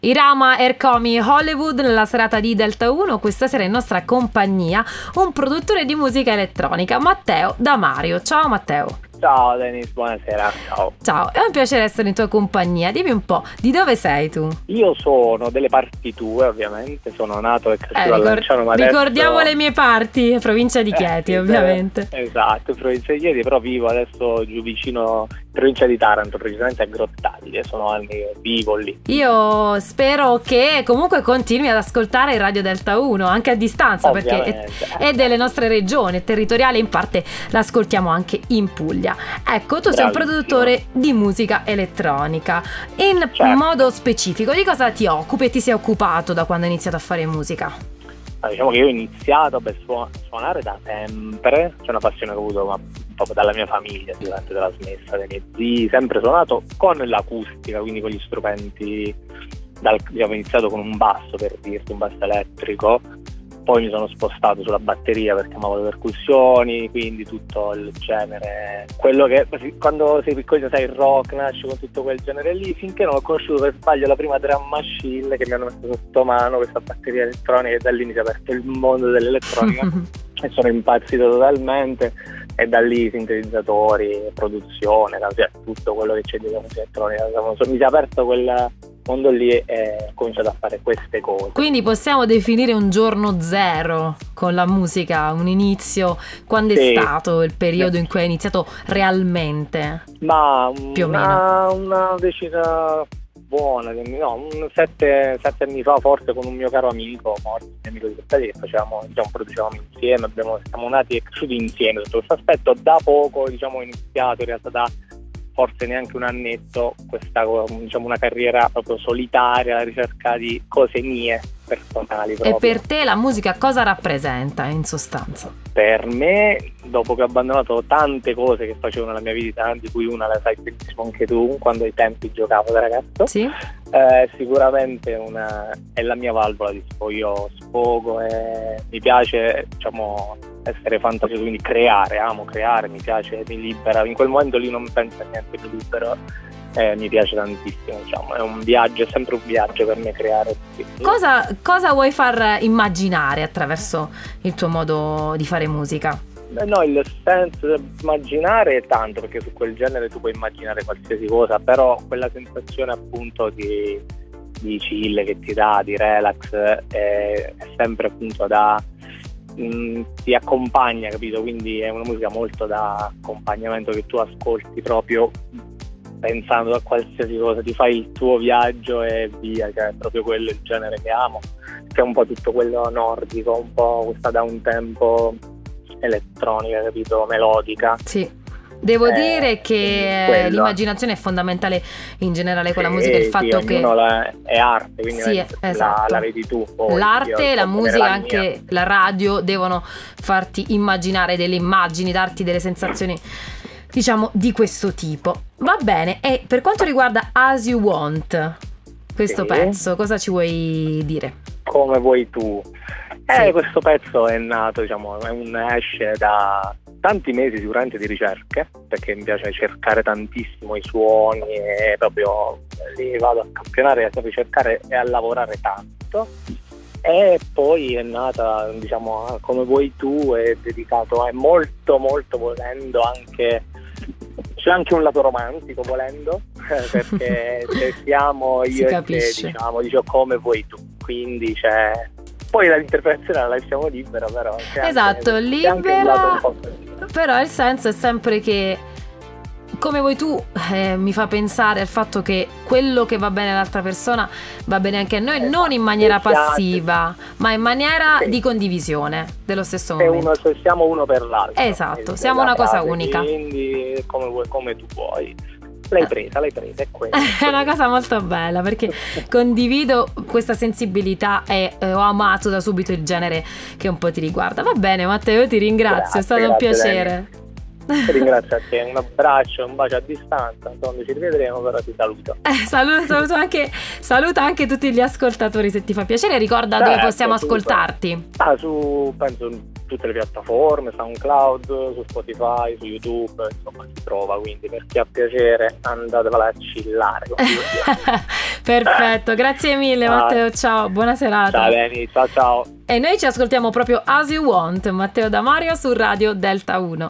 Irama Ercomi Hollywood nella serata di Delta 1. Questa sera in nostra compagnia un produttore di musica elettronica, Matteo Damario. Ciao Matteo. Ciao Denis, buonasera. Ciao, è un piacere essere in tua compagnia. Dimmi un po', di dove sei tu? Io sono delle parti tue, ovviamente. Sono nato e cresciuto a Lanciano, ma ricordiamo adesso... le mie parti, provincia di Chieti, ovviamente. Esatto, provincia di Chieti, però vivo adesso giù vicino, provincia di Taranto, precisamente a Grottaglie. Sono anni che vivo lì. Io spero che comunque continui ad ascoltare il Radio Delta 1 anche a distanza, ovviamente, perché è delle nostre regioni, è territoriale, in parte l'ascoltiamo anche in Puglia. Ecco, tu sei un produttore di musica elettronica. In modo specifico, di cosa ti occupi e ti sei occupato da quando hai iniziato a fare musica? Diciamo che io ho iniziato a suonare da sempre, c'è una passione che ho avuto proprio dalla mia famiglia, sicuramente dalla smessa dei miei zii, sempre suonato con l'acustica, quindi con gli strumenti, abbiamo iniziato con un basso, per dirti, un basso elettrico. Poi mi sono spostato sulla batteria perché amavo le percussioni, quindi tutto il genere, quello che quando sei piccolo sai, il rock nasce con tutto quel genere lì, finché non ho conosciuto per sbaglio la prima drum machine che mi hanno messo sotto mano, questa batteria elettronica, e da lì mi si è aperto il mondo dell'elettronica e sono impazzito totalmente, e da lì sintetizzatori, produzione, tutto quello che c'è dietro la musica elettronica, mi si è aperto quel mondo lì e ho cominciato a fare queste cose. Quindi possiamo definire un giorno zero con la musica, un inizio. Quando è stato il periodo in cui hai iniziato realmente? Ma più o meno una decina buona, no, 7 anni fa forse, con un mio caro amico, morto, un amico di questa lì, producevamo insieme, siamo nati e cresciuti insieme sotto questo aspetto. Da poco, ho iniziato in realtà da forse neanche un annetto una carriera proprio solitaria, alla ricerca di cose mie personali proprio. E per te la musica cosa rappresenta in sostanza? Per me, dopo che ho abbandonato tante cose che facevo nella mia vita, di cui una la sai benissimo anche tu, quando ai tempi giocavo da ragazzo, sì. Sicuramente è la mia valvola di sfogo. Io sfogo e mi piace essere fantasioso, quindi amo creare, mi piace, mi libera, in quel momento lì non penso a niente, mi libero, mi piace tantissimo, è un viaggio, è sempre un viaggio per me creare. Cosa vuoi far immaginare attraverso il tuo modo di fare musica? No, il senso di immaginare è tanto, perché su quel genere tu puoi immaginare qualsiasi cosa, però quella sensazione appunto di chill che ti dà, di relax, è sempre appunto ti accompagna, capito? Quindi è una musica molto da accompagnamento, che tu ascolti proprio pensando a qualsiasi cosa, ti fai il tuo viaggio e via, che è proprio quello il genere che amo, che è un po' tutto quello nordico, un po' questa da un tempo elettronica, capito? Melodica. Sì. Devo dire che l'immaginazione è fondamentale in generale con la musica, il fatto che è arte, quindi esatto. la vedi tu. Poi l'arte, la musica, anche la radio devono farti immaginare delle immagini, darti delle sensazioni, di questo tipo. Va bene, e per quanto riguarda As You Want, questo pezzo, cosa ci vuoi dire? Come vuoi tu. Questo pezzo è nato, esce da tanti mesi sicuramente di ricerche, perché mi piace cercare tantissimo i suoni e proprio li vado a campionare, a ricercare e a lavorare tanto. E poi è nata, Come vuoi tu, è dedicato, è molto molto volendo anche, c'è anche un lato romantico volendo, perché se siamo io e te, dico come vuoi tu, quindi c'è. Poi l'interpretazione la lasciamo libera, però. Esatto, libera, però il senso è sempre che come vuoi tu, mi fa pensare al fatto che quello che va bene all'altra persona va bene anche a noi, non in maniera passiva, ma in maniera di condivisione dello stesso momento. Siamo uno per l'altro. Esatto, siamo una cosa unica. Quindi come tu vuoi. L'hai presa, è quello. È una cosa molto bella, perché condivido questa sensibilità e ho amato da subito il genere che un po' ti riguarda. Va bene Matteo, io ti ringrazio, è stato un piacere. Ti ringrazio a te, un abbraccio, un bacio a distanza, quando ci rivedremo però ti saluto. Saluta anche tutti gli ascoltatori, se ti fa piacere, ricorda dove possiamo ascoltarti. Penso tutte le piattaforme, SoundCloud, su Spotify, su YouTube, insomma si trova, quindi per chi ha piacere andatevela a chillare. Perfetto, grazie mille Matteo, ciao, buona serata. Ciao Dani, ciao ciao. E noi ci ascoltiamo proprio As You Want, Matteo Damario su Radio Delta 1.